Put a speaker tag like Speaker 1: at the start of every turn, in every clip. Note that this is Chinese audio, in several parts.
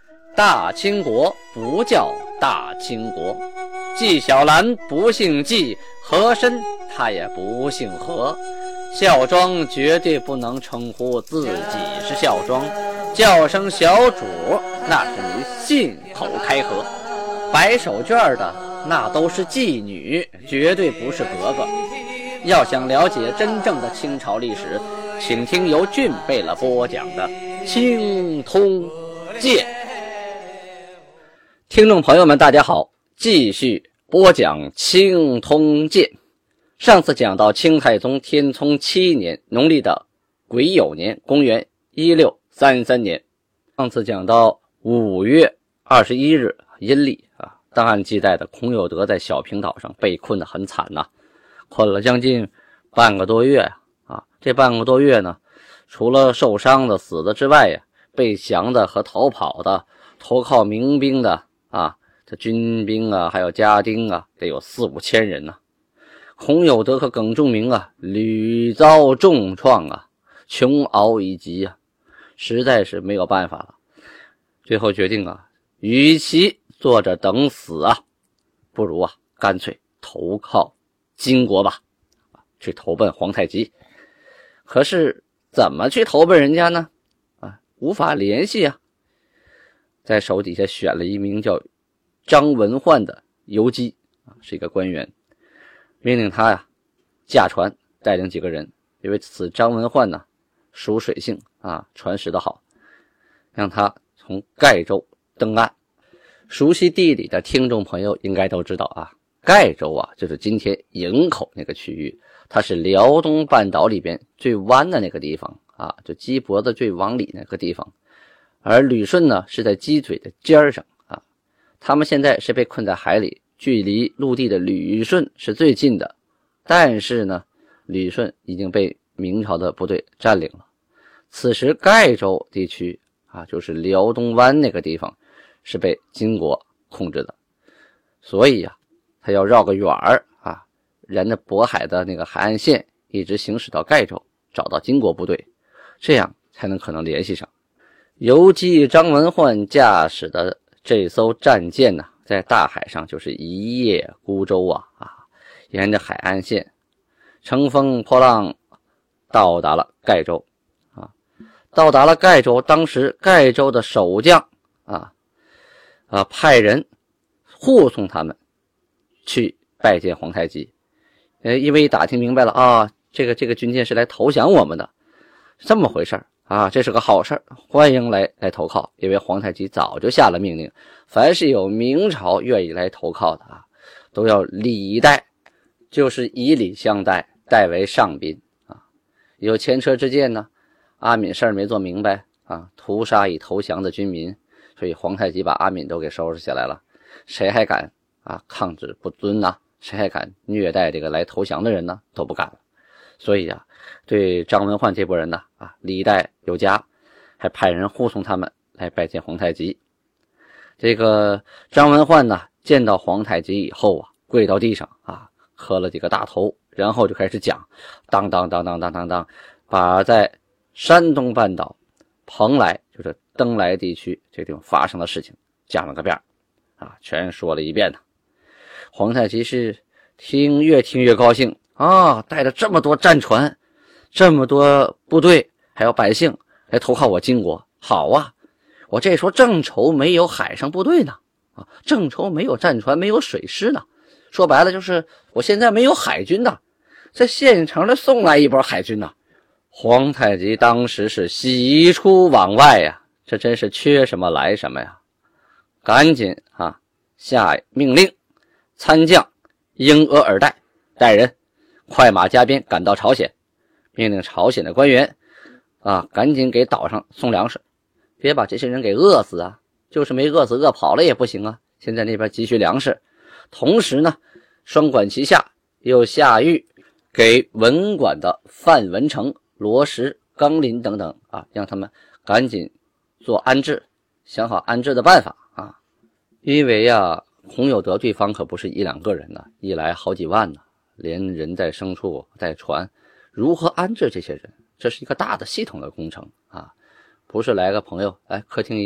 Speaker 1: 大清国不叫大清国，纪晓岚不姓纪，和珅他也不姓和。孝庄绝对不能称呼自己是孝庄，叫声小主那是你信口开河。摆手绢的那都是妓女，绝对不是格格。要想了解真正的清朝历史，请听由俊贝勒播讲的《清通鉴》。听众朋友们大家好，继续播讲《清通鉴》。上次讲到清太宗天聪7年农历的癸酉年，公元1633年。上次讲到5月21日阴历档案记载的孔有德在小平岛上被困得很惨困了将近半个多月这半个多月呢，除了受伤的死的之外被降的和逃跑的投靠民兵的这军兵还有家丁得有4、5千人孔有德和耿仲明屡遭重创穷熬一疾实在是没有办法了。最后决定与其坐着等死不如干脆投靠金国吧，去投奔皇太极。可是怎么去投奔人家呢？无法联系在手底下选了一名叫张文焕的游击是一个官员，命令他驾船带领几个人，因为此张文焕属水性船驶得好，让他从盖州登岸。熟悉地理的听众朋友应该都知道盖州就是今天营口那个区域，它是辽东半岛里边最弯的那个地方就鸡脖子最往里那个地方。而旅顺呢是在鸡嘴的尖上他们现在是被困在海里，距离陆地的旅顺是最近的，但是呢旅顺已经被明朝的部队占领了。此时盖州地区就是辽东湾那个地方是被金国控制的，所以他要绕个远沿着渤海的那个海岸线一直行驶到盖州，找到金国部队，这样才能可能联系上。游击张文焕驾驶的这艘战舰在大海上就是一叶孤舟沿着海岸线乘风破浪到达了盖州到达了盖州。当时盖州的守将派人护送他们去拜见皇太极。因为打听明白了这个军舰是来投降我们的，这么回事这是个好事，欢迎来投靠。因为皇太极早就下了命令，凡是有明朝愿意来投靠的都要礼待，就是以礼相待，待为上宾有前车之鉴呢，阿敏事儿没做明白屠杀已投降的军民，所以皇太极把阿敏都给收拾起来了。谁还敢抗旨不遵谁还敢虐待这个来投降的人呢？都不敢了。所以对张文焕这拨人礼待有加，还派人护送他们来拜见皇太极。这个张文焕见到皇太极以后跪到地上磕了几个大头，然后就开始讲当当当当当当当，把在山东半岛蓬莱就是登莱地区这个地方发生的事情讲了个遍全说了一遍皇太极是越听越高兴带着这么多战船，这么多部队还有百姓来投靠我金国，好我这时候正愁没有海上部队呢正愁没有战船没有水师呢，说白了就是我现在没有海军这现成的送来一波海军皇太极当时是喜出望外这真是缺什么来什么赶紧下命令，参将英额尔岱带人快马加鞭赶到朝鲜，命令朝鲜的官员赶紧给岛上送粮食，别把这些人给饿死就是没饿死饿跑了也不行现在那边急需粮食。同时呢双管齐下，又下谕给文管的范文成、罗什、冈林等等让他们赶紧做安置，想好安置的办法因为孔有德对方可不是1、2个人一来好几万连人带牲畜带船，如何安置这些人？这是一个大的系统的工程不是来个朋友来客厅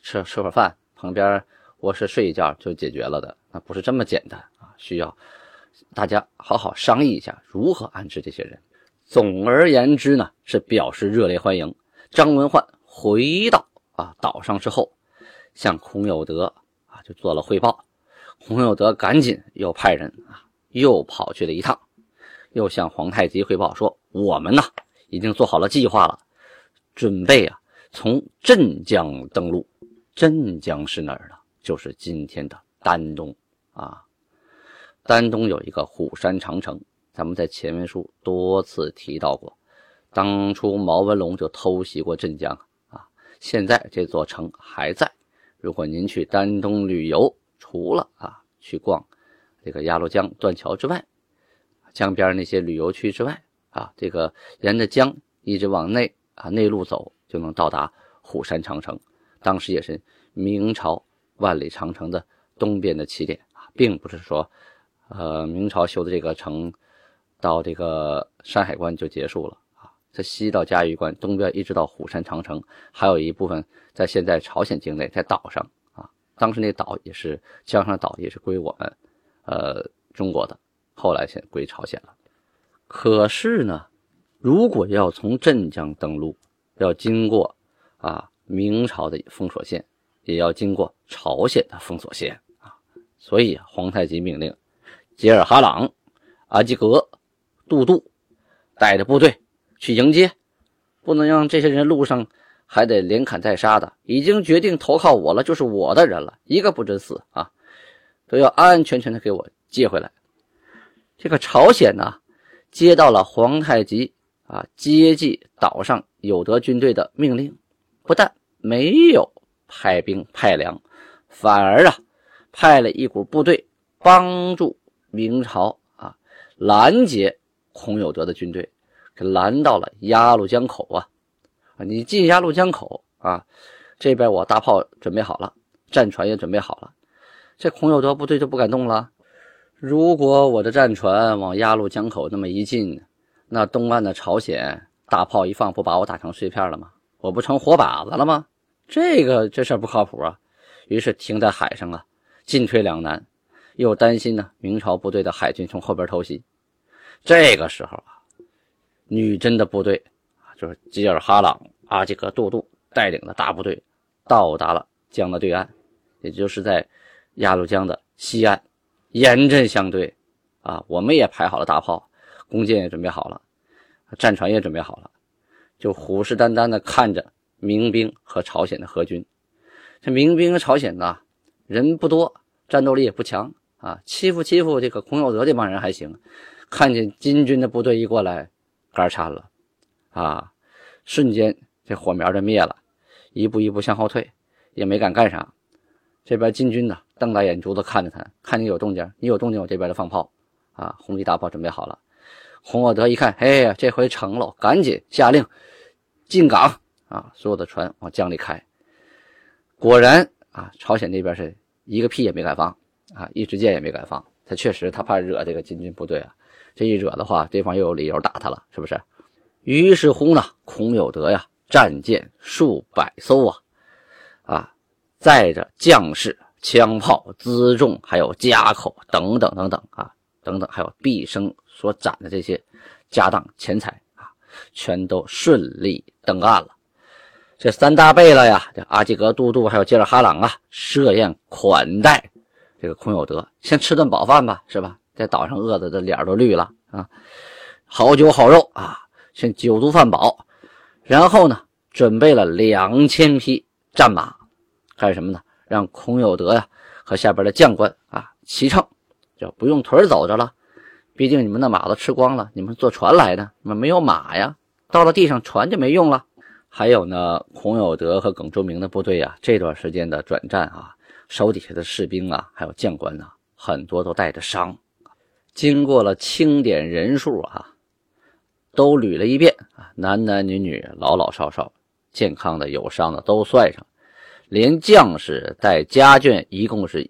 Speaker 1: 吃会儿饭，旁边卧室睡一觉就解决了的，那不是这么简单啊，需要大家好好商议一下如何安置这些人。总而言之呢，是表示热烈欢迎。张文焕回到岛上之后，向孔有德就做了汇报。孔有德赶紧又派人又跑去了一趟，又向皇太极汇报说，我们呢已经做好了计划了，准备从镇江登陆。镇江是哪儿呢？就是今天的丹东丹东有一个虎山长城，咱们在前文书多次提到过，当初毛文龙就偷袭过镇江现在这座城还在。如果您去丹东旅游，除了去逛这个鸭绿江断桥之外，江边那些旅游区之外这个沿着江一直往内陆走，就能到达虎山长城。当时也是明朝万里长城的东边的起点并不是说明朝修的这个城到这个山海关就结束了在西到嘉峪关，东边一直到虎山长城，还有一部分在现在朝鲜境内，在岛上当时那岛也是江上的岛，也是归我们中国的，后来先归朝鲜了。可是呢，如果要从镇江登陆，要经过明朝的封锁线，也要经过朝鲜的封锁线所以皇太极命令杰尔哈朗、阿济格、杜度带着部队去迎接，不能让这些人路上还得连砍带杀的，已经决定投靠我了，就是我的人了，一个不准死都要安安全全的给我接回来。这个朝鲜呢，接到了皇太极接济岛上有德军队的命令，不但没有派兵派粮，反而派了一股部队帮助明朝拦截孔有德的军队，给拦到了鸭绿江口你进鸭绿江口这边我大炮准备好了，战船也准备好了，这孔有德部队就不敢动了。如果我的战船往鸭绿江口那么一进，那东岸的朝鲜大炮一放，不把我打成碎片了吗？我不成活靶子了吗？这事儿不靠谱于是停在海上进退两难，又担心明朝部队的海军从后边偷袭。这个时候女真的部队就是吉尔哈朗、阿济格、杜度带领的大部队到达了江的对岸，也就是在鸭绿江的西岸，严阵相对我们也排好了大炮，弓箭也准备好了，战船也准备好了，就虎视眈眈地看着明兵和朝鲜的合军。这明兵和朝鲜人不多，战斗力也不强欺负这个孔有德这帮人还行，看见金军的部队一过来，肝颤了瞬间这火苗就灭了，一步一步向后退，也没敢干啥。这边金军瞪大眼珠子看着他，看你有动静，你有动静我这边的放炮红旗大炮准备好了。孔有德一看，这回成了，赶紧下令进港所有的船往江里开。果然朝鲜那边是一个屁也没敢放一支箭也没敢放，他确实他怕惹这个金军部队这一惹的话，对方又有理由打他了，是不是？于是乎呢，孔有德战舰数百艘载着将士、枪炮、辎重，还有家口等等等等等等，还有毕生所攒的这些家当钱财全都顺利登岸了。这三大贝勒这阿济格、杜度还有吉尔哈朗设宴款待这个孔有德，先吃顿饱饭吧，是吧？在岛上饿的这脸都绿了好酒好肉先酒足饭饱，然后呢准备了2000匹战马，干什么呢？让孔有德和下边的将官骑乘，就不用腿走着了，毕竟你们的马都吃光了，你们坐船来的，你们没有马呀，到了地上船就没用了。还有呢，孔有德和耿忠明的部队这段时间的转战手底下的士兵还有将官很多都带着伤，经过了清点人数都捋了一遍男男女女、老老少少，健康的有伤的都算上，连将士带家眷一共是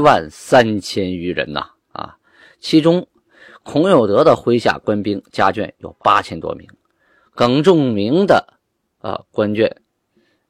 Speaker 1: 13000余人其中孔有德的麾下官兵家眷有8000多名，耿仲明的官眷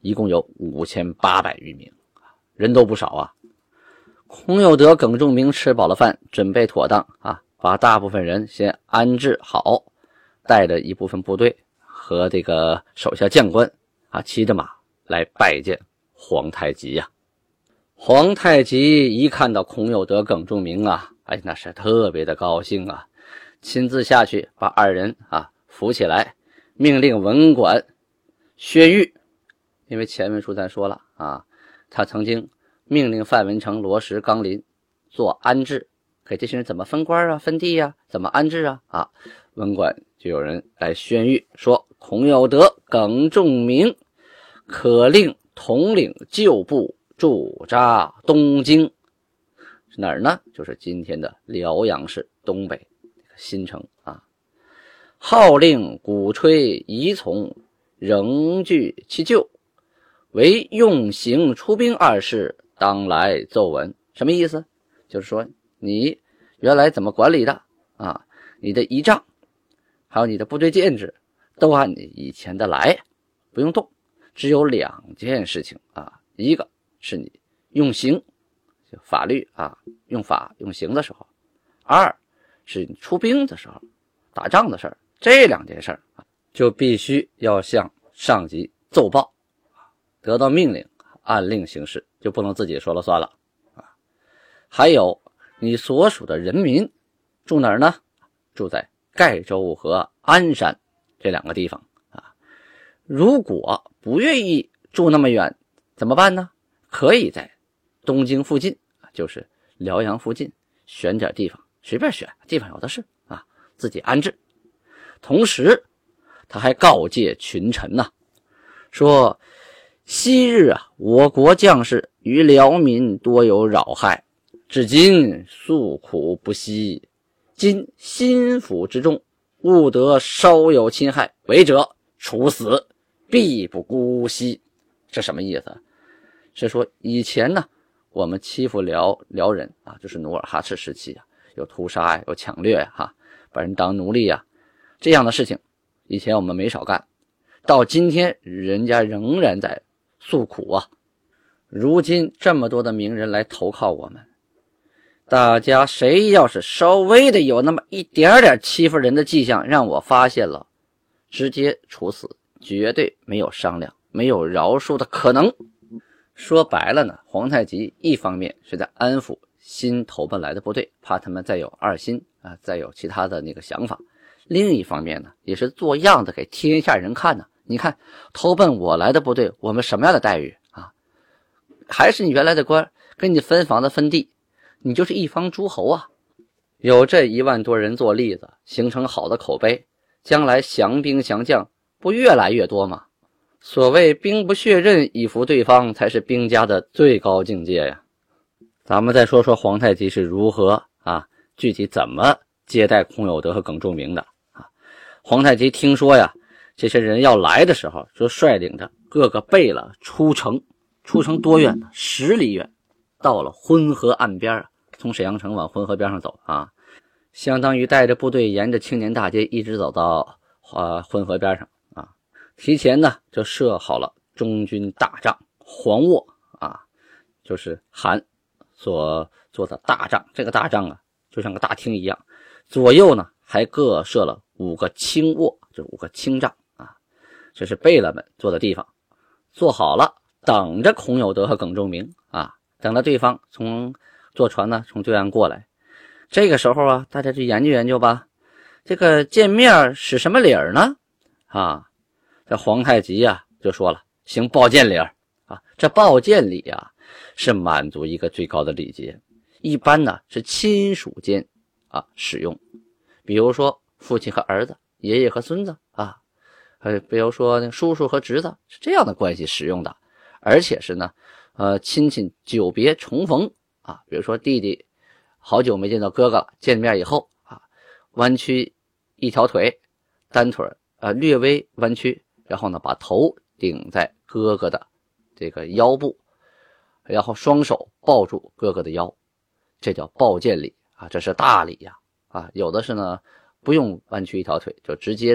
Speaker 1: 一共有5800余名，人都不少啊。孔有德、耿仲明吃饱了饭，准备妥当啊，把大部分人先安置好，带着一部分部队和这个手下将官啊，骑着马来拜见皇太极呀。皇太极一看到孔有德、耿仲明啊，哎，那是特别的高兴啊，亲自下去把二人啊扶起来，命令文管薛玉，因为前文书咱说了啊，他曾经命令范文成、罗什、纲林做安置，给这些人怎么分官啊、分地啊，怎么安置啊？啊，文管就有人来宣谕说，孔有德、耿仲明可令统领旧部驻扎东京，是哪儿呢？就是今天的辽阳市东北新城啊。号令鼓吹仪从，仍据其旧，唯用刑出兵二事，当来奏闻。什么意思？就是说你原来怎么管理的啊？你的仪仗还有你的部队建制都按你以前的来，不用动。只有2件事情啊，一个是你用刑，法律啊，用法用刑的时候；二是你出兵的时候，打仗的事儿。这2件事儿啊，就必须要向上级奏报，得到命令，按令行事，就不能自己说了算了啊。还有你所属的人民住哪儿呢？住在盖州和鞍山这2个地方啊。如果不愿意住那么远怎么办呢？可以在东京附近，就是辽阳附近选点地方，随便选，地方有的是啊，自己安置。同时他还告诫群臣呐，说昔日啊，我国将士与辽民多有扰害，至今诉苦不息，今心腹之众，勿得稍有侵害，违者处死，必不姑息。这什么意思？是说以前呢，我们欺负辽人啊，就是努尔哈赤时期啊，有屠杀呀，有抢掠呀，把人当奴隶呀，这样的事情以前我们没少干，到今天人家仍然在诉苦啊。如今这么多的名人来投靠我们，大家谁要是稍微的有那么一点点欺负人的迹象，让我发现了，直接处死，绝对没有商量，没有饶恕的可能。说白了呢，皇太极一方面是在安抚新投奔来的部队，怕他们再有二心啊，再有其他的那个想法；另一方面呢，也是做样子给天下人看呢。你看投奔我来的部队，我们什么样的待遇啊？还是你原来的官，跟你分房子分地，你就是一方诸侯啊。有这1万多人做例子，形成好的口碑，将来降兵降将不越来越多吗？所谓兵不血刃以服对方，才是兵家的最高境界呀。咱们再说说皇太极是如何啊，具体怎么接待孔有德和耿仲明的啊。皇太极听说呀，这些人要来的时候，就率领着各个贝勒出城多远呢？10里远，到了浑河岸边啊，从沈阳城往浑河边上走啊，相当于带着部队沿着青年大街一直走到浑河边上啊。提前呢就设好了中军大帐黄卧啊，就是韩所做的大帐。这个大帐啊就像个大厅一样，左右呢还各设了5个轻卧，就是5个轻帐啊，这是贝勒们坐的地方。坐好了，等着孔有德和耿仲明啊，等着对方坐船呢从对岸过来。这个时候啊，大家就研究研究吧，这个见面使什么礼儿呢？啊，这皇太极啊就说了，行抱剑礼儿啊。这抱剑礼啊是满族一个最高的礼节，一般呢是亲属间啊使用，比如说父亲和儿子，爷爷和孙子啊，比如说那叔叔和侄子，是这样的关系使用的。而且是呢亲戚久别重逢啊，比如说弟弟好久没见到哥哥了，见面以后啊，弯曲一条腿，单腿略微弯曲，然后呢把头顶在哥哥的这个腰部，然后双手抱住哥哥的腰，这叫抱剑礼啊，这是大礼呀啊。有的是呢不用弯曲一条腿，就直接呢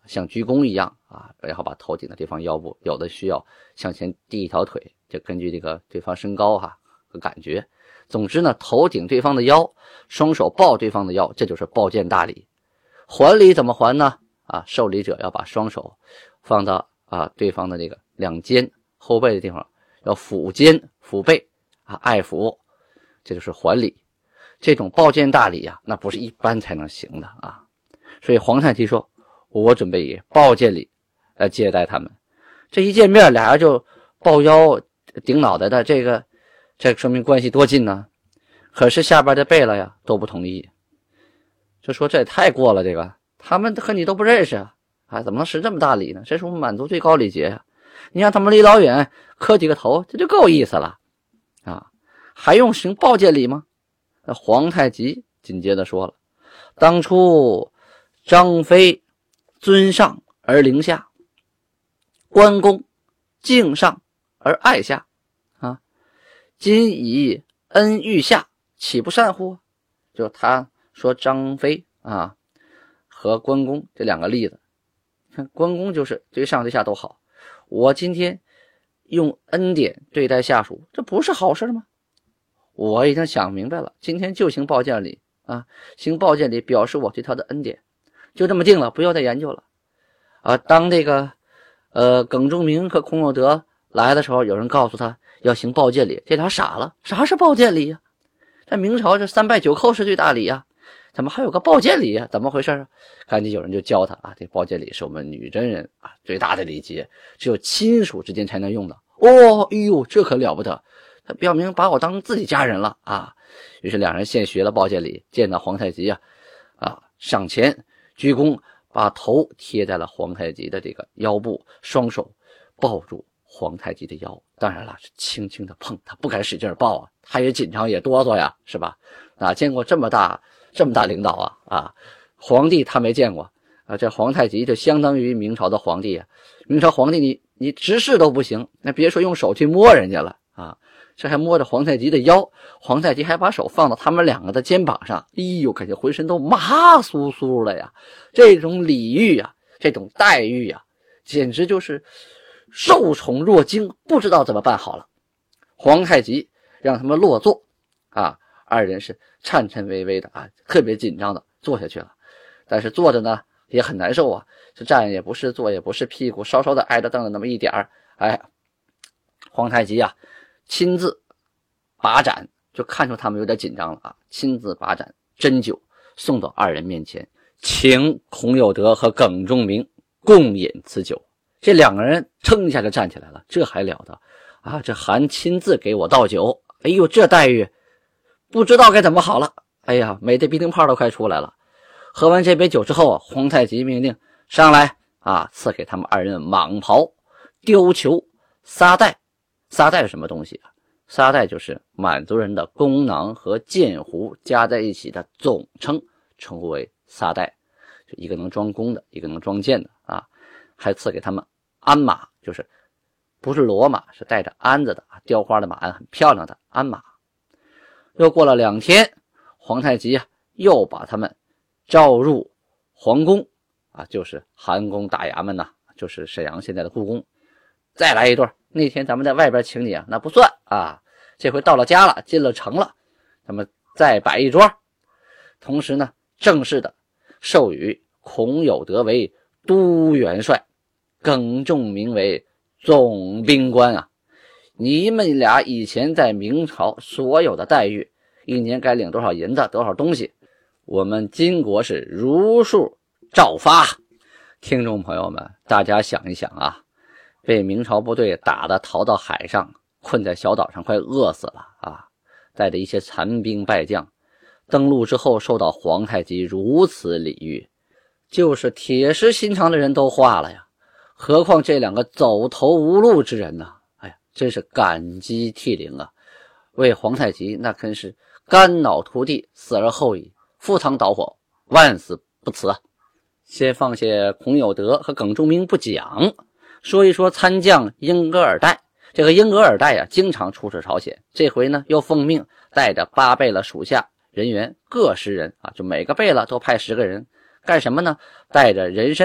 Speaker 1: 像鞠躬一样啊，然后把头顶在对方腰部，有的需要向前递一条腿，就根据这个对方身高和感觉。总之呢，头顶对方的腰，双手抱对方的腰，这就是抱剑大礼。还礼怎么还呢？受礼者要把双手放到对方的这个两肩后背的地方，要抚肩抚背爱抚，这就是还礼。这种抱剑大礼那不是一般才能行的所以皇太极说，我准备以抱剑礼来接待他们。这一见面，俩人就抱腰顶脑袋的，这说明关系多近呢。可是下边的贝勒呀都不同意，就说这也太过了，这个他们和你都不认识怎么能施这么大礼呢？这是我们满族最高礼节呀！你让他们离老远磕几个头，这就够意思了还用行抱剑礼吗？那皇太极紧接着说了，当初张飞尊上而凌下，关公敬上而爱下今以恩遇下，岂不善乎？就他说张飞和关公这两个例子，看关公就是对上对下都好，我今天用恩典对待下属，这不是好事吗？我已经想明白了，今天就行抱剑礼行抱剑礼表示我对他的恩典，就这么定了，不要再研究了当这个耿仲明和孔有德来的时候，有人告诉他要行抱剑礼，这俩傻了，啥是抱剑礼在明朝这3拜9叩是最大礼怎么还有个抱剑礼怎么回事赶紧有人就教他这抱剑礼是我们女真人最大的礼节，只有亲属之间才能用的哎呦，这可了不得，他表明把我当自己家人了于是两人现学了抱剑礼，见到皇太极上前鞠躬，把头贴在了皇太极的这个腰部，双手抱住皇太极的腰，当然了是轻轻的碰，他不敢使劲抱他也紧张也哆嗦呀，是吧见过这么大领导皇帝他没见过这皇太极就相当于明朝的皇帝明朝皇帝你直视都不行，那别说用手去摸人家了这还摸着皇太极的腰，皇太极还把手放到他们两个的肩膀上，哎呦，感觉浑身都麻酥酥的呀！这种礼遇这种待遇简直就是受宠若惊，不知道怎么办好了。皇太极让他们落座二人是颤颤巍巍的特别紧张的坐下去了。但是坐着呢也很难受这站也不是，坐也不是，屁股稍稍的挨着凳子那么一点皇太极亲自把盏，就看出他们有点紧张了亲自把盏斟酒送到二人面前，请孔有德和耿仲明共饮此酒。这两个人噌一下就站起来了，这还了得这还亲自给我倒酒，哎呦，这待遇不知道该怎么好了，哎呀，美的鼻涕泡都快出来了。喝完这杯酒之后皇太极命令上来赐给他们二人蟒袍、貂裘、撒带。撒带是什么东西撒带就是满族人的弓囊和箭壶加在一起的总称，称呼为撒带，就一个能装弓的，一个能装箭的还赐给他们鞍马，就是不是骡马，是带着鞍子的雕花的马鞍，很漂亮的鞍马。又过了2天，皇太极又把他们召入皇宫就是韩宫大衙门就是沈阳现在的故宫，再来一顿。那天咱们在外边请你那不算这回到了家了，进了城了，咱们再摆一桌。同时呢，正式的授予孔有德为都元帅，耿仲明为总兵官你们俩以前在明朝所有的待遇，一年该领多少银子，多少东西，我们金国是如数照发。听众朋友们，大家想一想被明朝部队打得逃到海上，困在小岛上快饿死了带着一些残兵败将登陆之后，受到皇太极如此礼遇，就是铁石心肠的人都化了何况这两个走投无路之人哎呀，真是感激涕零为皇太极那可是肝脑涂地，死而后已，赴汤蹈火，万死不辞先放下孔有德和耿仲明不讲，说一说参将英格尔岱。这个英格尔岱经常出使朝鲜，这回呢又奉命带着8贝勒属下人员各10人就每个贝勒都派10个人干什么呢？带着人参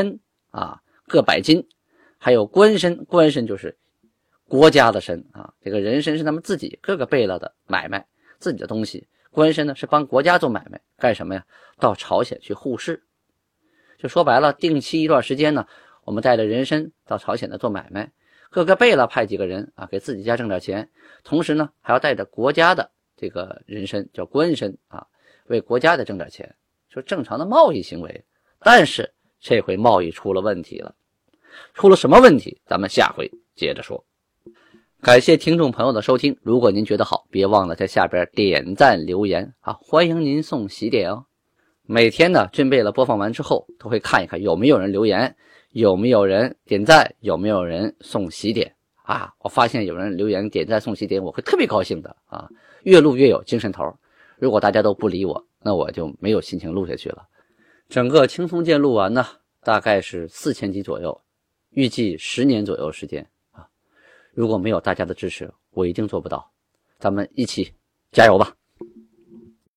Speaker 1: 各100斤，还有官参，官参就是国家的参这个人参是他们自己各个贝勒的买卖，自己的东西。官参呢是帮国家做买卖，干什么呀？到朝鲜去护市。就说白了，定期一段时间呢，我们带着人参到朝鲜的做买卖，各个贝勒派几个人给自己家挣点钱，同时呢还要带着国家的这个人参叫官参为国家的挣点钱，说正常的贸易行为。但是这回贸易出了问题了，出了什么问题？咱们下回接着说。感谢听众朋友的收听，如果您觉得好，别忘了在下边点赞留言欢迎您送喜点哦。每天呢，俊贝勒播放完之后，都会看一看有没有人留言，有没有人点赞，有没有人送喜点我发现有人留言点赞送喜点，我会特别高兴的越录越有精神头。如果大家都不理我，那我就没有心情录下去了。整个青松剑录完呢，大概是4000集左右，预计10年左右时间如果没有大家的支持，我一定做不到。咱们一起加油吧。